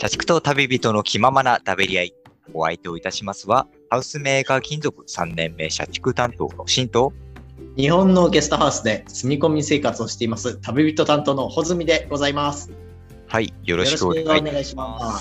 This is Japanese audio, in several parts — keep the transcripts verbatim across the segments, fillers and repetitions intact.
社畜と旅人の気ままなダベり合い。お相手をいたしますは、ハウスメーカー金属さんねんめ社畜担当の新と、 日本のゲストハウスで住み込み生活をしています旅人担当の穂積でございます。 はい、よろしくお願いします。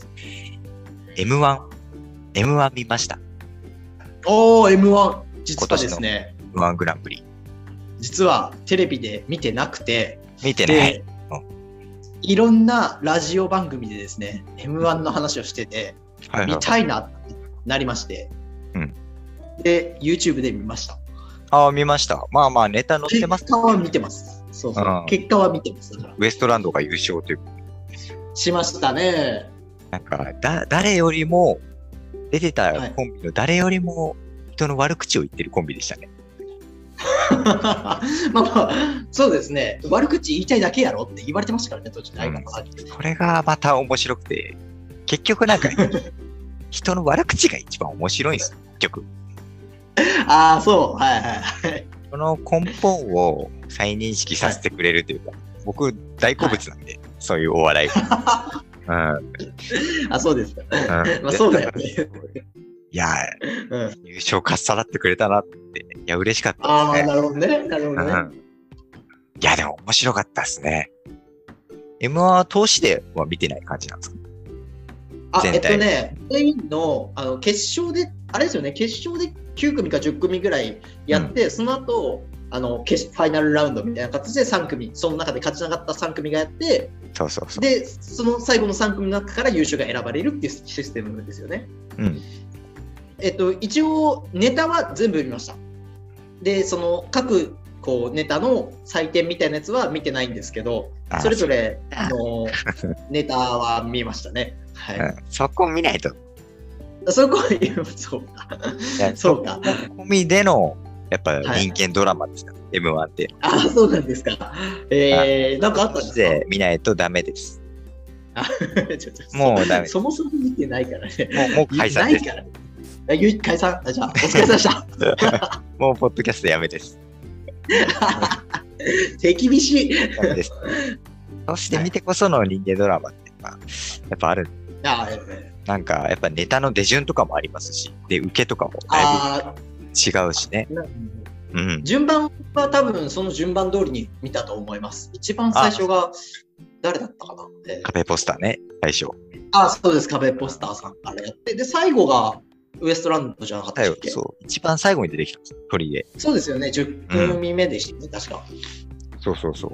エムワン、エムワン 見ました。 おー、エムワン、実はですね、 エムワン グランプリ。 実はテレビで見てなくて、 見てない。 いろんなラジオ番組でですね、エムワン の話をしてて、はいはいはい、見たいなってなりまして、うん、で、YouTube で見ました。 ああ、見ました。まあまあ、ネタ載ってます、 ね。結果は見てます。そうそう。うん、結果は見てます。 ウエストランドが優勝という。 しましたね。 なんか、だ、誰よりも、出てたコンビの誰よりも人の悪口を言ってるコンビでしたね。 まあまあ、そうですね。悪口言いたいだけやろって言われてましたからね、当時、うん。 これがまた面白くて、結局なんか、人の悪口が一番面白いんですよ、結局。 ああ、そう。はいはいはい。 この根本を再認識させてくれるというか、はい、僕、大好物なんで、はい、そういうお笑いが。うん、 あ、そうですか。うん、まあそうだよね。 いや、うん、優勝かっさらってくれたなって、いや、嬉しかったですね。 ああ、なるほどね。なるほどね、うん。 いや、でも面白かったですね。エムワン 通しては見てない感じなんですか？ あ、えっとね、全員の、あの決勝で、あれですよね、決勝できゅう組かじゅっ組ぐらいやって、うん、その後、あのファイナルラウンドみたいな形でさん組、その中で勝ちなかったさん組がやって、 そうそうそう。 で、その最後のさん組の中から優勝が選ばれるっていうシステムですよね。 うん。 えっと、一応、ネタは全部見ました。で、その各こうネタの採点みたいなやつは見てないんですけど、それぞれあのネタは見ましたね。はい。うん、 そこ見ないと。 そこは、そうか。そうか。 込みでの、やっぱ人間ドラマですか、はい、エムワン って。 あ、そうなんですか。えー、なんかあったんですか？ 見ないとダメです。 あちょっともうダメ。 そもそも見てないからね。 もう、もう解散です。ないからね。 解散あ、じゃあ、お疲れ様でした。 もう、ポッドキャストやめです。 手厳しい。 ダメです。そして見てこその人間ドラマっていうのが、やっぱある。 あ、 なんか、やっぱネタの出順とかもありますし、で、受けとかもだいぶ違うしね。 うん、順番は多分その順番通りに見たと思います。一番最初が誰だったかな、えー、 壁ポスターね、最初。 あ、そうです、壁ポスターさんからやって、で、最後がウエストランドじゃなかったっけ？ そう、一番最後に出てきたんです、鳥で。 そうですよね、じゅっ組目でしたね、うん、確か。 そうそうそう。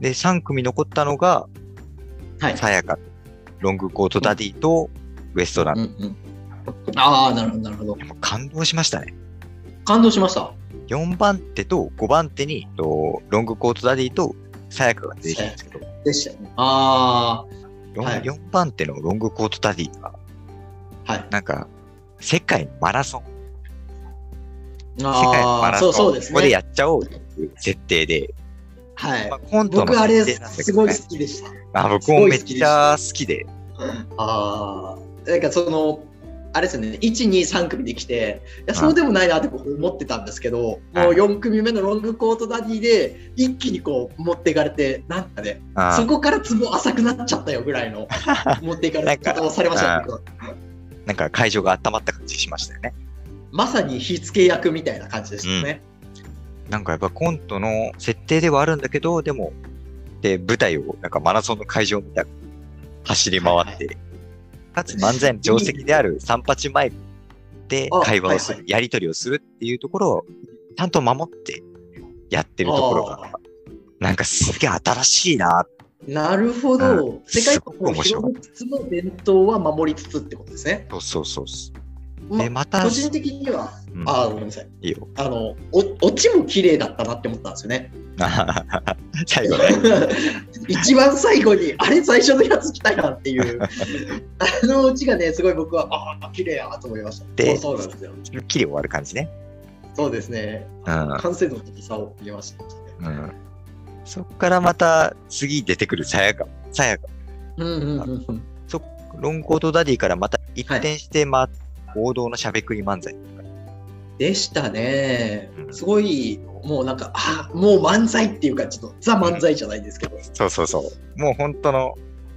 で、さん組残ったのが、 はい、 さやか、ロングコートダディとウエストランド。うんうん、 ああ、なるほど、なるほど。 感動しましたね。 感動しました。 よんばん手とごばん手にとロングコートダディとさやかが出てきたんですけど。 でしたね。ああ、はい。よんばん手のロングコートダディが、 はい、 なんか、世界のマラソン。 あ世界のマラソン。そうそうですね。 ここでやっちゃおうという設定で。 はい。 まあ、コントの、 僕あれすごい好きでした。 あ、僕もめっちゃ好きで。 ああ、なんかその、あれですよね、いち、に、さん組できて、いやそうでもないなって思ってたんですけど、もうよん組目のロングコートダディで一気にこう持っていかれて、なんかね、そこからツボ浅くなっちゃったよぐらいの持っていかれ方をされましたね。 なんか会場が温まった感じしましたよね。 まさに火付け役みたいな感じでしたよね、 うん。なんかやっぱコントの設定ではあるんだけど、でも、で、舞台をなんかマラソンの会場みたいな走り回って、はいはい、かつ漫才の定石である三八マイクで会話をする、はいはい、やり取りをするっていうところをちゃんと守ってやってるところが、なんかすげえ新しいな。 なるほど。うん、世界を広めつつも伝統は守りつつってことですね。 そうそうそう。 で、また個人的には、うん、あ、ごめんなさい。 いいよ。 あの、お、オチも綺麗だったなって思ったんですよね。 最後ね。 一番最後に、あれ最初のやつ来たなっていう、あのオチがね、すごい僕は、ああ、綺麗やと思いました。 で、 そうなんですよ。 綺麗終わる感じね。 そうですね。うん、完成度の高さを見ました、ね。 うん。そこからまた次出てくるさやか。さやか。 うんうんうんうん。 そ、ロングコートダディからまた一転して、まあ、王道のしゃべくり漫才。 でしたね。すごい、もうなんか、あ、もう漫才っていうか、ちょっとザ漫才じゃないですけど。 そうそうそう。もう本当の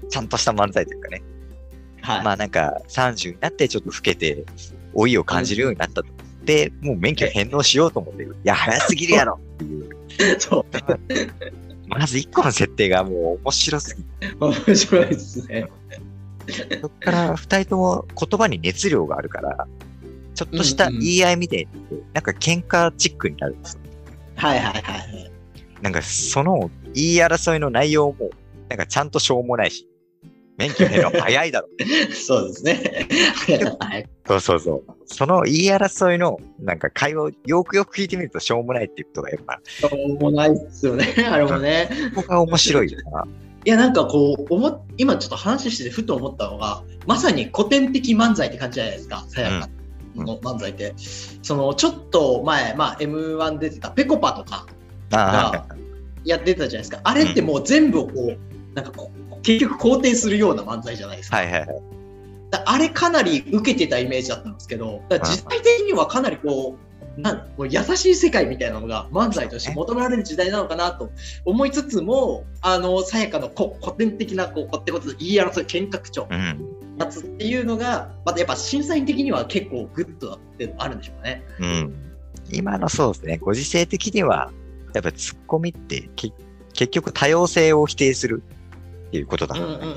ちゃんとした漫才というかね。 はい。 まあなんかさんじゅうになってちょっと老けて、老いを感じるようになったと。で、もう免許返納しようと思ってる。いや、早すぎるやろっていう。 そう。 まず一個の設定がもう面白すぎて。 面白いですね。 そっから二人とも言葉に熱量があるから、ちょっとした言い合いみたいに、なんか喧嘩チックになるんですよ。 はいはいはい。 なんかその言い争いの内容も、なんかちゃんとしょうもないし、免許返納早いだろ。 そうですね。はい。 そうそうそう。その言い争いのなんか会話をよくよく聞いてみるとしょうもないっていうことがやっぱ。 しょうもないですよね、あれもね。 ここが面白いよな。 いや、なんかこう、思今ちょっと話しててふと思ったのが、まさに古典的漫才って感じじゃないですか、さやかの漫才って。うん、その、ちょっと前、まあ、エムワン 出てたぺこぱとかがやってたじゃないですか。あれってもう全部をこう、なんかこう、結局肯定するような漫才じゃないですか。 はいはいはい。 あれかなり受けてたイメージだったんですけど、だから実際的にはかなりこう、なんもう優しい世界みたいなのが漫才として求められる時代なのかなと思いつつも、あのさやかのこ古典的なこうこってことで言い争い喧嘩口調やつっていうのが、またやっぱ審査員的には結構グッドだっていうのあるんでしょうね。 うん。今のそうですね、ご時世的にはやっぱツッコミって結局多様性を否定するっていうことだからね、うんうんうん、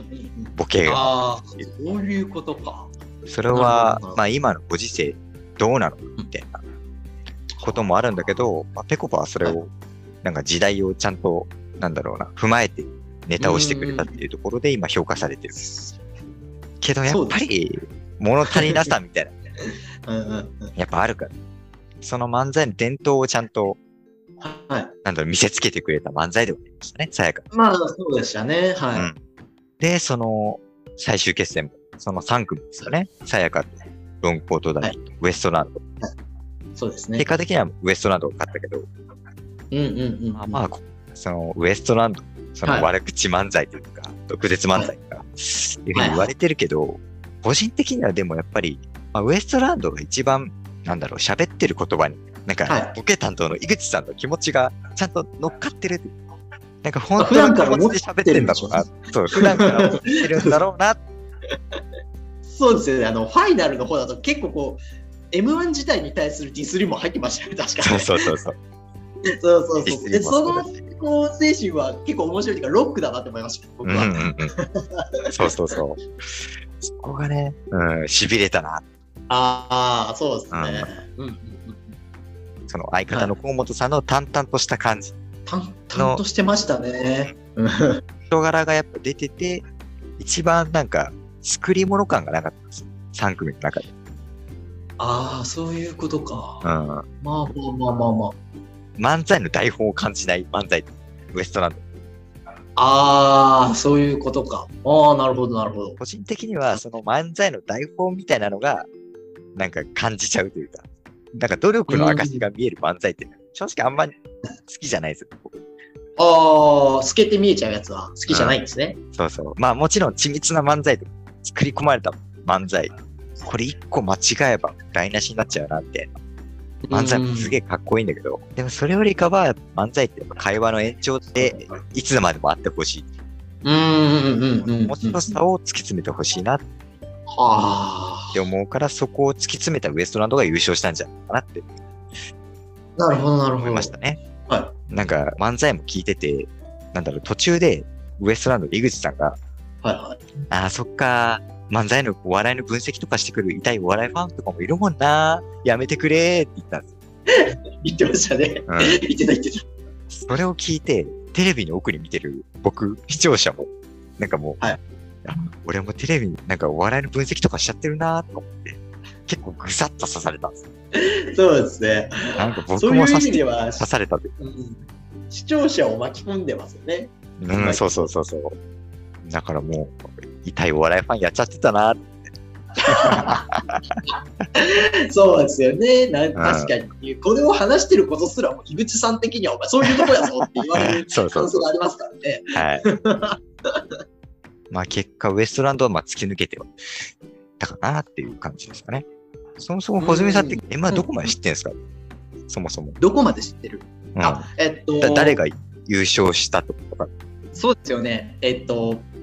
ボケが。 ああ、そういうことか。 それはまあ今のご時世どうなのかみたいなこともあるんだけど、まあ、ぺこぱはそれをなんか時代をちゃんとなんだろうな踏まえてネタをしてくれたっていうところで今評価されてる。けどやっぱり物足りなさみたいなうんうん、うん、やっぱあるから、その漫才の伝統をちゃんと、はい、なんだろう見せつけてくれた漫才ではありましたね、さやか。 まあそうでしたね。はい。うん、 でその最終決戦もそのさん組ですよね。さやかとロングコートダディとウエストランド。はい、 そうですね。 結果的にはウエストランドが勝ったけど、 うんうんうん、 まあまあそのウエストランドその悪口漫才というか、はい、毒舌漫才とか、はい、いうふうに言われてるけど、はいはい、個人的にはでもやっぱり、まあ、ウエストランドが一番なんだろう喋ってる言葉になんか、はい、ボケ担当の井口さんの気持ちがちゃんと乗っかってる。なんか本当の気持ちで喋ってんだろうな。そう、普段から思ってるんだろうな。 そうですよね。あの、ファイナルの方だと結構こう、エムワン 自体に対するディスりも入ってましたよね、確かに。 そうそうそうそう。 そうそうそう。で、そのこう精神は結構面白いというか、ロックだなって思いました、僕は。うんうんうん、そうそうそう。そこがね、うん、痺れたな。 ああ、そうですね。うんうんうん、 その相方の河本さんの淡々とした感じ。 淡々としてましたね。 人柄がやっぱ出てて、一番なんか作り物感がなかったんですよ。さん組の中で。 ああ、そういうことか。うん。まあまあまあまあまあ。 漫才の台本を感じない漫才、ウエストランド。 ああ、そういうことか。ああ、なるほどなるほど。 個人的にはその漫才の台本みたいなのがなんか感じちゃうというか、なんか努力の証が見える漫才って、うん、正直あんまり好きじゃないですよ。 ああ、透けて見えちゃうやつは好きじゃないんですね。 うん、そうそう。まあもちろん緻密な漫才とか作り込まれた漫才、これ一個間違えば台無しになっちゃうなって漫才もすげえかっこいいんだけど、でもそれよりかは漫才って会話の延長でいつまでもあってほしい。 うんうんうん。 面白さを突き詰めてほしいなって思うから、そこを突き詰めたウエストランドが優勝したんじゃないかなって。 なるほどなるほど。 思いましたね。 はい。 なんか漫才も聞いてて、なんだろう途中でウエストランド井口さんが、 はいはい。 ああそっかー。漫才のお笑いの分析とかしてくる痛いお笑いファンとかもいるもんな。やめてくれーって言ったんです。 言ってましたね。うん、言ってた言ってた。 それを聞いて、テレビの奥に見てる僕、視聴者も、なんかもう、はい、俺もテレビになんかお笑いの分析とかしちゃってるなと思って、結構ぐさっと刺されたんですよ。 そうですね。 なんか僕も刺刺されたという、 うん。視聴者を巻き込んでますよね。 うん、そうそうそうそう。だからもう、痛いお笑いファンやっちゃってたなって。 そうですよね。な確かに、うん、これを話してることすらも井口さん的にはお前そういうとこやぞって言われる可能性がありますからね。はい。 まあ結果ウエストランドはまあ突き抜けてはたかなっていう感じですかね。そもそも穂積さんって エムワン どこまで知ってんですか、うん、そもそも。 どこまで知ってる、うん、あ、えっと。 誰が優勝したとか。 そうですよね。えっと、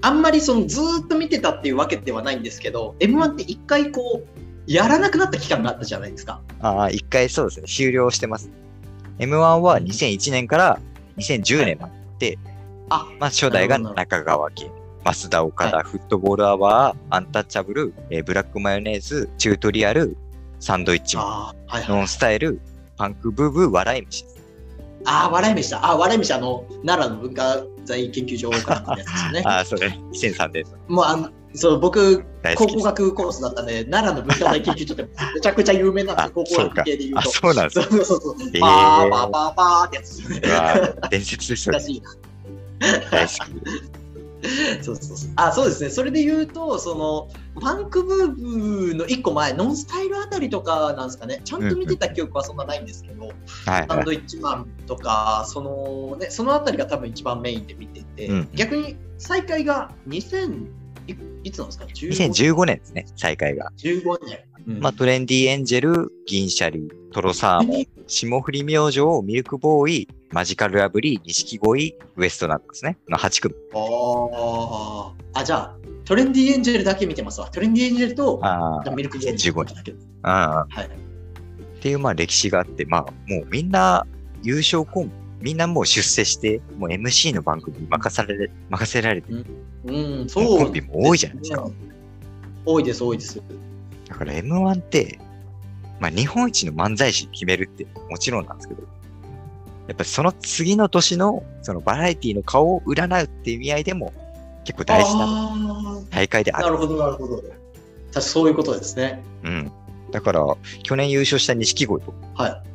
あんまりそのずーっと見てたっていうわけではないんですけど、エムワン って一回こう、やらなくなった期間があったじゃないですか。 ああ、一回そうですね、終了してます。エムワン はにせんいちねんからにせんじゅうねんまで、 あ、 まあ、初代が中川家、増田岡田、はい、フットボールアワー、アンタッチャブル、えー、ブラックマヨネーズ、チュートリアル、サンドイッチマン、はいはい、ノンスタイル、パンクブーブー、笑い飯です。 ああ、笑い飯だ。ああ、笑い飯、あの、奈良の文化財研究所からのやつですよね。 ああ、それ、にせんさんねん。 もう、あの、そう、僕、考古学コースだったんで、奈良の文化財研究所ってめちゃくちゃ有名なんですよ、考古学系で言うと。 あ、そうなんですか。 そうそうそう。えー、パーパーパーパーってやつですね。伝説ですよね。大好き。 そうそうそう。あ、そうですね。それで言うと、その、パンクブーブーの一個前、ノンスタイルあたりとかなんですかね。ちゃんと見てた記憶はそんなないんですけど、うんうん、サンドイッチマンとか、その、ね、そのあたりが多分一番メインで見てて、うん、逆に再開がにせん、い, いつなんですか ?にせんじゅうごねんですね、再開が。 じゅうごねん。うん、 まあ、トレンディエンジェル、銀シャリ、トロサーモン、霜降り明星、ミルクボーイ、マジカルラブリー、錦鯉、ウエストなんですね。のはち組。 ああ、じゃあ、トレンディエンジェルだけ見てますわ。トレンディエンジェルとミルクボーイ。 じゅうごねんだけど。あはい。っていうまあ歴史があって、まあ、もうみんな優勝コンビ、みんなもう出世して、もう エムシー の番組に任され任せられてる。 うん、うん、そう。 コンビも多いじゃないですか。 多いです、多いです。 だから エムワン って、まあ日本一の漫才師決めるってもちろんなんですけど、やっぱりその次の年のそのバラエティの顔を占うっていう意味合いでも結構大事な大会である。 なるほど、なるほど。確かそういうことですね。 うん。だから去年優勝した錦鯉とか、 はい、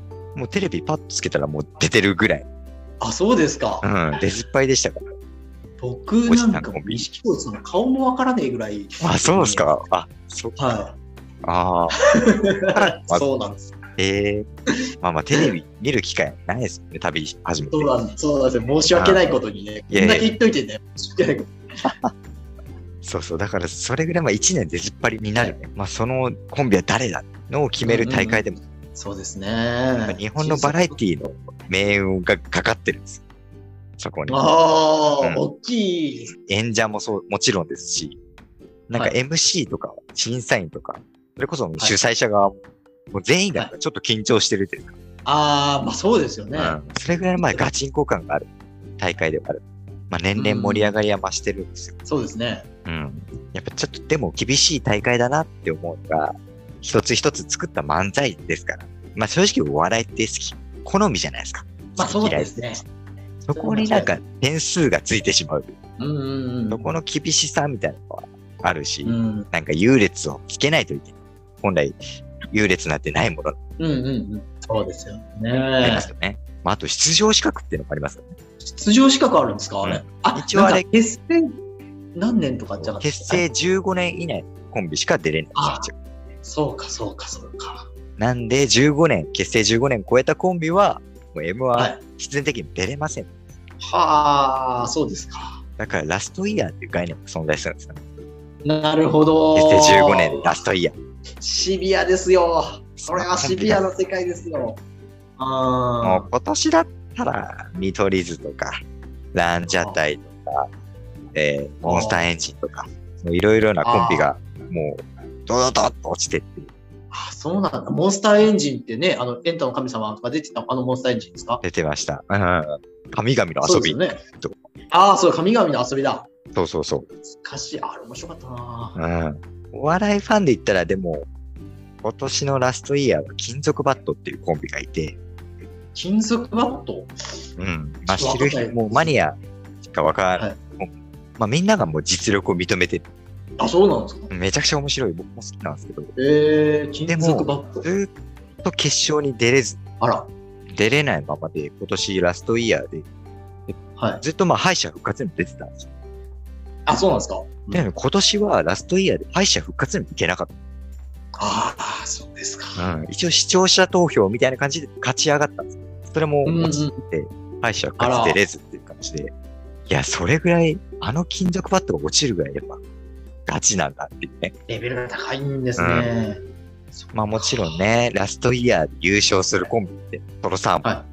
もうテレビパッとつけたらもう出てるぐらい。 あ、そうですか。 うん、出ずっぱいでしたから。 僕なんか錦鯉さんの顔もわからねえぐらい。 あ、そうですか。あ、そうか。 はい。 ああ、そうなんです。 ええー、まあまあテレビ見る機会ないですよね、旅始めて。 そうなんです、そうなんですよ。申し訳ないことにね。こんだけ言っといてね、申し訳ないこと。 そうそう、だからそれぐらいまあいちねん出ずっぱりになるね。はい、まあそのコンビは誰だのを決める大会でも。うんうん、 そうですね。 日本のバラエティの命運がかかってるんですよ。そこに。 ああ、うん、大きい。 演者もそう、もちろんですし、なんか エムシー とか審査員とか、それこそ主催者側も、もう全員がちょっと緊張してるというか。はい、 ああ、まあそうですよね。うん、 それぐらいのまあガチンコ感がある大会ではある。まあ年々盛り上がりは増してるんですよ。 うん、そうですね。 うん。やっぱちょっとでも厳しい大会だなって思うのが、一つ一つ作った漫才ですから。まあ正直お笑いって好き、好みじゃないですか。 まあそうですね。 そこになんか点数がついてしまう。 うんうんうん、 そこの厳しさみたいなのはあるし、 うん、 なんか優劣をつけないといけない。本来、優劣なんてないもの。 うんうんうん。そうですよね。 ありますよね。まあ、あと出場資格っていうのもありますよね。 出場資格あるんですか、あれ。うん、 あ、一応あれ、 結成何年とかじゃなくて。 結成じゅうごねん以内のコンビしか出れないんですよ。 そうか、そうか、そうか。 なんで、じゅうごねん、結成じゅうごねん超えたコンビは、もう エムワン 必然的に出れません。 はあ、そうですか。 だからラストイヤーっていう概念が存在するんですよね。 なるほど。 結成じゅうごねんでラストイヤー。 シビアですよ。それはシビアな世界ですよ。 あもう今年だったら、見取り図とか、ランジャタイとか、えー、モンスターエンジンとか、いろいろなコンビがもう、ドドドッと落ちてっていう。 あ、そうなんだ。モンスターエンジンってね、あの、エンタの神様が出てたあのモンスターエンジンですか？ 出てました。うん。神々の遊び。 そうですね。ああ、そう、神々の遊びだ。 そうそうそう。 しかし、あれ面白かったな。 うん。お笑いファンで言ったら、でも、今年のラストイヤーは金属バットっていうコンビがいて。 金属バット？ うん。まあ、知る人、もうマニアしかわからない。はい、まあ、みんながもう実力を認めてる。 あ、そうなんですか？ めちゃくちゃ面白い。僕も好きなんですけど。 えー、金属バット。 でも、ずっと決勝に出れず。 あら。 出れないままで、今年ラストイヤーで、はい、ずっとまあ敗者復活にも出てたんですよ。 あ、そうなんですか？ でも今年はラストイヤーで敗者復活にもいけなかった。 ああ、そうですか。 うん。一応視聴者投票みたいな感じで勝ち上がったんですよ。それも落ちて、敗者復活出れずっていう感じで。いや、それぐらい、あの金属バットが落ちるぐらいやっぱ、ガチなんだっていうね。 レベルが高いんですね。 うん、まあもちろんね、ラストイヤーで優勝するコンビって、トロサーモンね、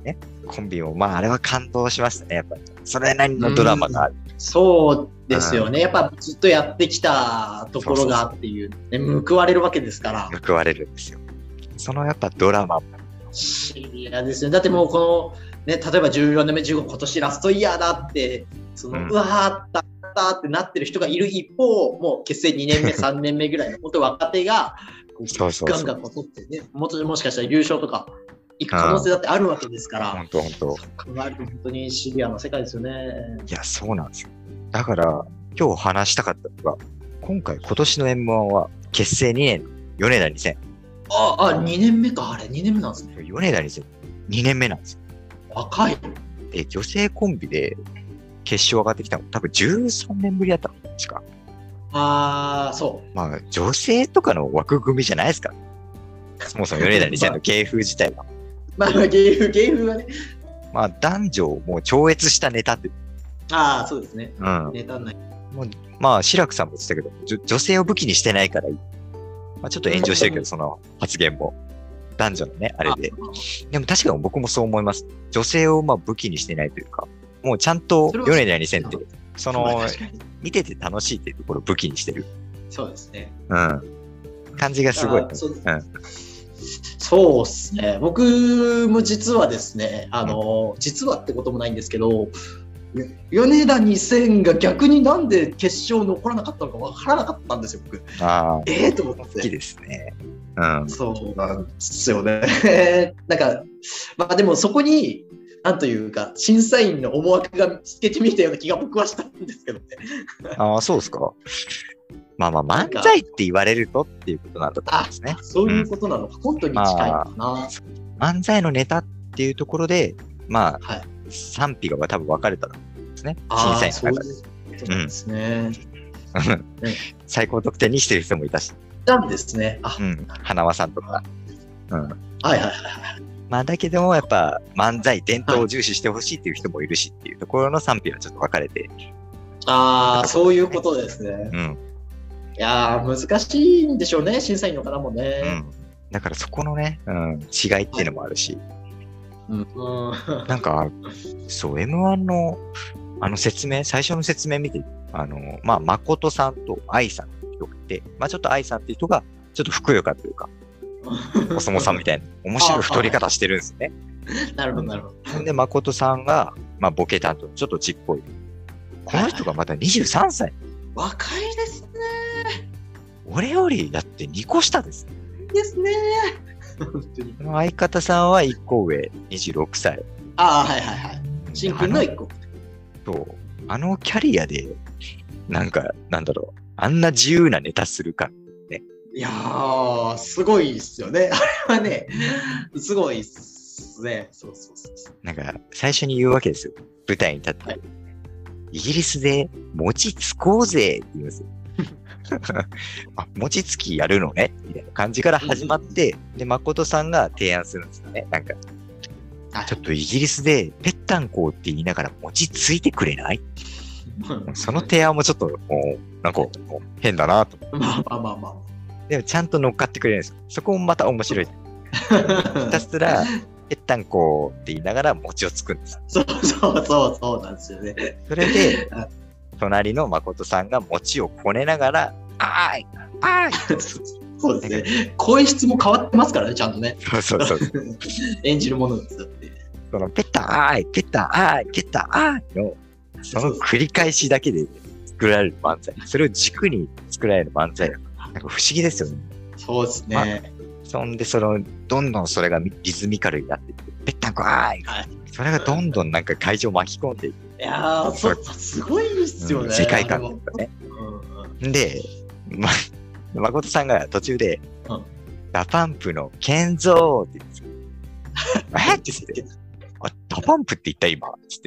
コンビも、まあ、あれは感動しましたね、やっぱり。それなりのドラマがある。 そうですよね。やっぱずっとやってきたところがっていう、ね、報われるわけですから。 報われるんですよ。そのやっぱドラマ。 シビアですよ。だってもうこの、ね、例えばじゅうよねんめ、じゅうご、今年ラストイヤーだって、その、うん、うわーったったってなってる人がいる一方、もう結成にねんめ、さんねんめぐらいの本当若手が、 そうそうそうガンガンこう取ってね、ももしかしたら優勝とか行く可能性だってあるわけですから。 本当本当。考えると本当にシビアな世界ですよね。 いや、そうなんですよ。だから、今日話したかったのが、今回、今年の エムワン は結成にねん、米田にせん。 ああ、にねんめか、あれ、にねんめなんですね。 米田にせん、にねんめなんですよ。 若い。 で、女性コンビで決勝上がってきたの多分じゅうさんねんぶりだったの確か。 ああ、そう。 まあ、女性とかの枠組みじゃないですか。そもそも米田にせんの芸風自体は。 まあ、まあ、芸風、芸風はね。 まあ、男女をもう超越したネタって。 ああ、そうですね。 うん。 ネタない。 もうまあ、志らくさんも言ってたけど、女性を武器にしてないからいい。まあ、ちょっと炎上してるけど、その発言も。男女のね、あれで。でも確かに僕もそう思います。女性をまあ武器にしてないというか、もうちゃんと米田にせんって、その、見てて楽しいっていうところを武器にしてる。 そうですね。 うん。感じがすごい。 そううん、そうですね。僕も実はですね、あの、うん、実はってこともないんですけど、米田にせんが逆になんで決勝残らなかったのか分からなかったんですよ、僕。 ああ。 ええー、と思って。 好きですね。うん。 そうなんですよね。なんか、まあでもそこに、なんというか、審査員の思惑が透けてみたような気が僕はしたんですけどね。 ああ、そうですか。まあまあ、漫才って言われるとっていうことなんだと思うんですね。 そういうことなのか、うん、コントに近いのかな、まあ。漫才のネタっていうところで、まあ、はい、賛否が多分分かれたんですね。審査員の中で。 そうですね。 うん、最高得点にしてる人もいたし。 なんですね。 あ、うん。花輪さんとか。うん。はいはいはい。 まあ、だけども、やっぱ、漫才、伝統を重視してほしいっていう人もいるしっていうところの賛否はちょっと分かれて。 ああ、そういうことですね。 うん。 いやー、難しいんでしょうね、審査員の方もね。 うん。だからそこのね、うん、違いっていうのもあるし。 うん。 なんか、そう、エムワン の、あの説明、最初の説明見て、あの、まあ、誠さんと愛さんっていう人がいて、まあ、ちょっと愛さんっていう人が、ちょっとふくよかというか、お相撲さんみたいな、面白い太り方してるんですね。 なるほど、なるほど。 で、誠さんが、まあ、ボケ担当、ちょっとちっぽい。この人がまだにじゅうさんさい。 若いですね。 俺より、だってにこ下です。 ですね。 本当に。相方さんはいっこ上、にじゅうろくさい。 ああ、はいはいはい。新君のいっこ。 そう。あのキャリアで、なんか、なんだろう、あんな自由なネタするか。 いやー、すごいっすよね。あれはね、すごいっすね。そうそうそうそう。 なんか、最初に言うわけですよ。舞台に立って。はい、イギリスで餅つこうぜって言いますよ。あ、餅つきやるのねみたいな感じから始まって、うん、で、誠さんが提案するんですよね。なんか、ちょっとイギリスでぺったんこって言いながら餅ついてくれない？その提案もちょっと、もう、なんか、変だなと。 まあまあまあまあ。 でもちゃんと乗っかってくれるんですよ。そこもまた面白い。ひたすら、ぺったんこって言いながら餅をつくんです。 そうそうそうそうなんですよね。 それで、隣の誠さんが餅をこねながら、あーいあーいそうですね。声質も変わってますからね、ちゃんとね。 そうそうそう。 演じるものですって。 その、ぺったんあーい、ぺったんあーい、ぺったんあーいの、その繰り返しだけで作られる漫才。それを軸に作られる漫才。なんか不思議ですよね。 そうですね。 ま、そんで、その、どんどんそれがリズミカルになっていって、ぺったんこあーい、はい、それがどんどんなんか会場を巻き込んでいく。 いやー、そすごいですよね。 うん、世界観とかね。うん、で、ま、誠さんが途中で、うん、ダパンプのケンゾーって言うんですよ。えって言って、あ、ダパンプって言った今つって。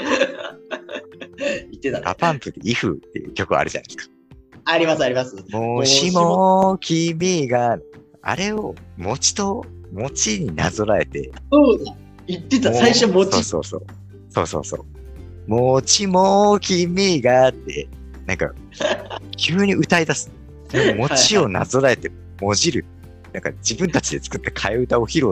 言ってた、ね。 ダパンプってイフっていう曲あるじゃないですか。 ありますあります。 もしも君が、あれを餅と餅になぞらえて。 そうだ。言ってた、最初餅。 そうそうそう。そうそうそう。餅も君がって、なんか、急に歌い出す。餅をなぞらえてもじる。なんか自分たちで作った替え歌を披露する。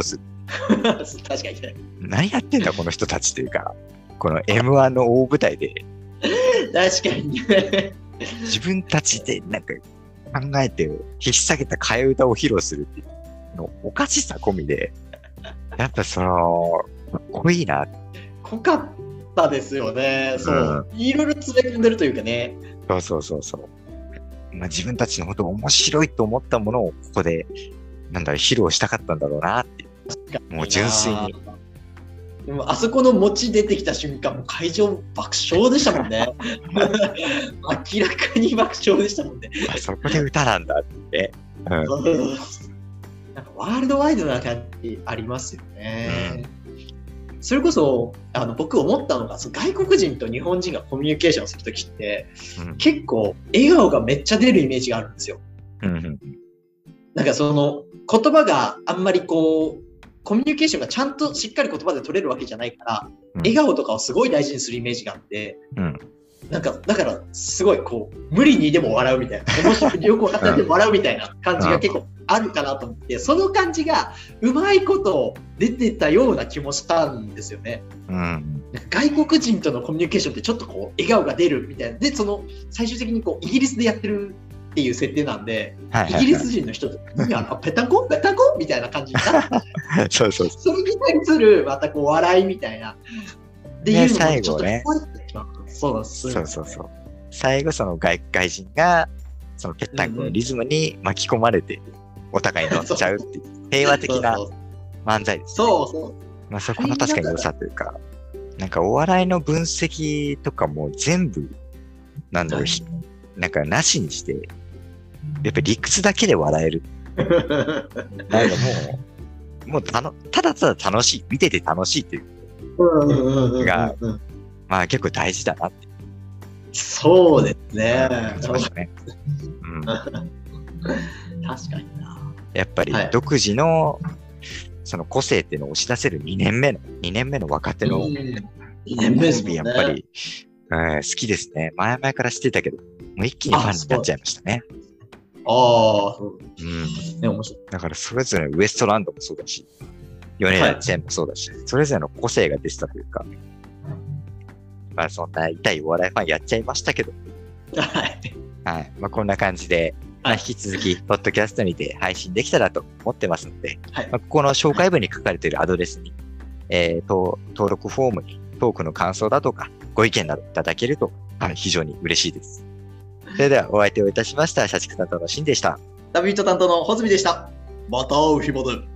確かにね。 何やってんだこの人たちというか、この エムワン の大舞台で確かにね。 自分たちでなんか考えて引っ提げた替え歌を披露するっていうのおかしさ込みで、やっぱその、かっこいいな。 濃かったですよね。そう。うん、いろいろ詰め込んでるというかね。 そうそうそうそう。まあ、自分たちのこと面白いと思ったものをここで、なんだろう、披露したかったんだろうなって。もう純粋に。 でもあそこの餅出てきた瞬間、もう会場爆笑でしたもんね。明らかに爆笑でしたもんね。 あそこで歌なんだって。うん、なんかワールドワイドな感じありますよね。うん、それこそあの僕思ったのが、その外国人と日本人がコミュニケーションするときって、うん、結構笑顔がめっちゃ出るイメージがあるんですよ。うんうん、なんかその言葉があんまりこうコミュニケーションがちゃんとしっかり言葉で取れるわけじゃないから、うん、笑顔とかをすごい大事にするイメージがあって、うん、なんかだからすごいこう無理にでも笑うみたいな、もしよく分かったらでも笑うみたいな感じが結構あるかなと思って、その感じがうまいこと出てたような気もしたんですよね。うん、なんか外国人とのコミュニケーションってちょっとこう笑顔が出るみたいな、でその最終的にこうイギリスでやってるっていう設定なんで、はいはいはい、イギリス人の人とペタコペタコみたいな感じになってそうそうそう、それに対するまたこう笑いみたいなっていうのもちょっとね、そうなんです。 そうそうそう。最後その 外, 外人がそのぺったんこのリズムに巻き込まれてお互い乗っちゃうっていう平和的な漫才です、ね。 そうそう。 まあそこの確かに良さというか、なんかお笑いの分析とかも全部なんだろう、なんかなしにして。やっぱり理屈だけで笑える。なんかもう、もうたのただただ楽しい、見てて楽しいっていうのが、まあ結構大事だなって。 そうですね。 そうですね。うん、 確かにな。 やっぱり独自の、その個性っていうのを押し出せるにねんめの、にねんめの若手のコンビ、やっぱり、うん、好きですね。前々から知ってたけど、もう一気にファンになっちゃいましたね。 ああ、そう。うん。ね、面白い。 だからそれぞれウエストランドもそうだし、米田ちゃんもそうだし、はい、それぞれの個性が出てたというか、まあそんな痛いお笑いファンやっちゃいましたけど、 はい。 はい。まあこんな感じで、まあ、引き続き、ポッドキャストにて配信できたらと思ってますので、はい、まあ、ここの紹介文に書かれているアドレスに、えー、と登録フォームにトークの感想だとか、ご意見などいただけると、はい、非常に嬉しいです。それではお相手をいたしました、社畜担当のシンでした。 旅人担当のホズミでした。また会う日まで。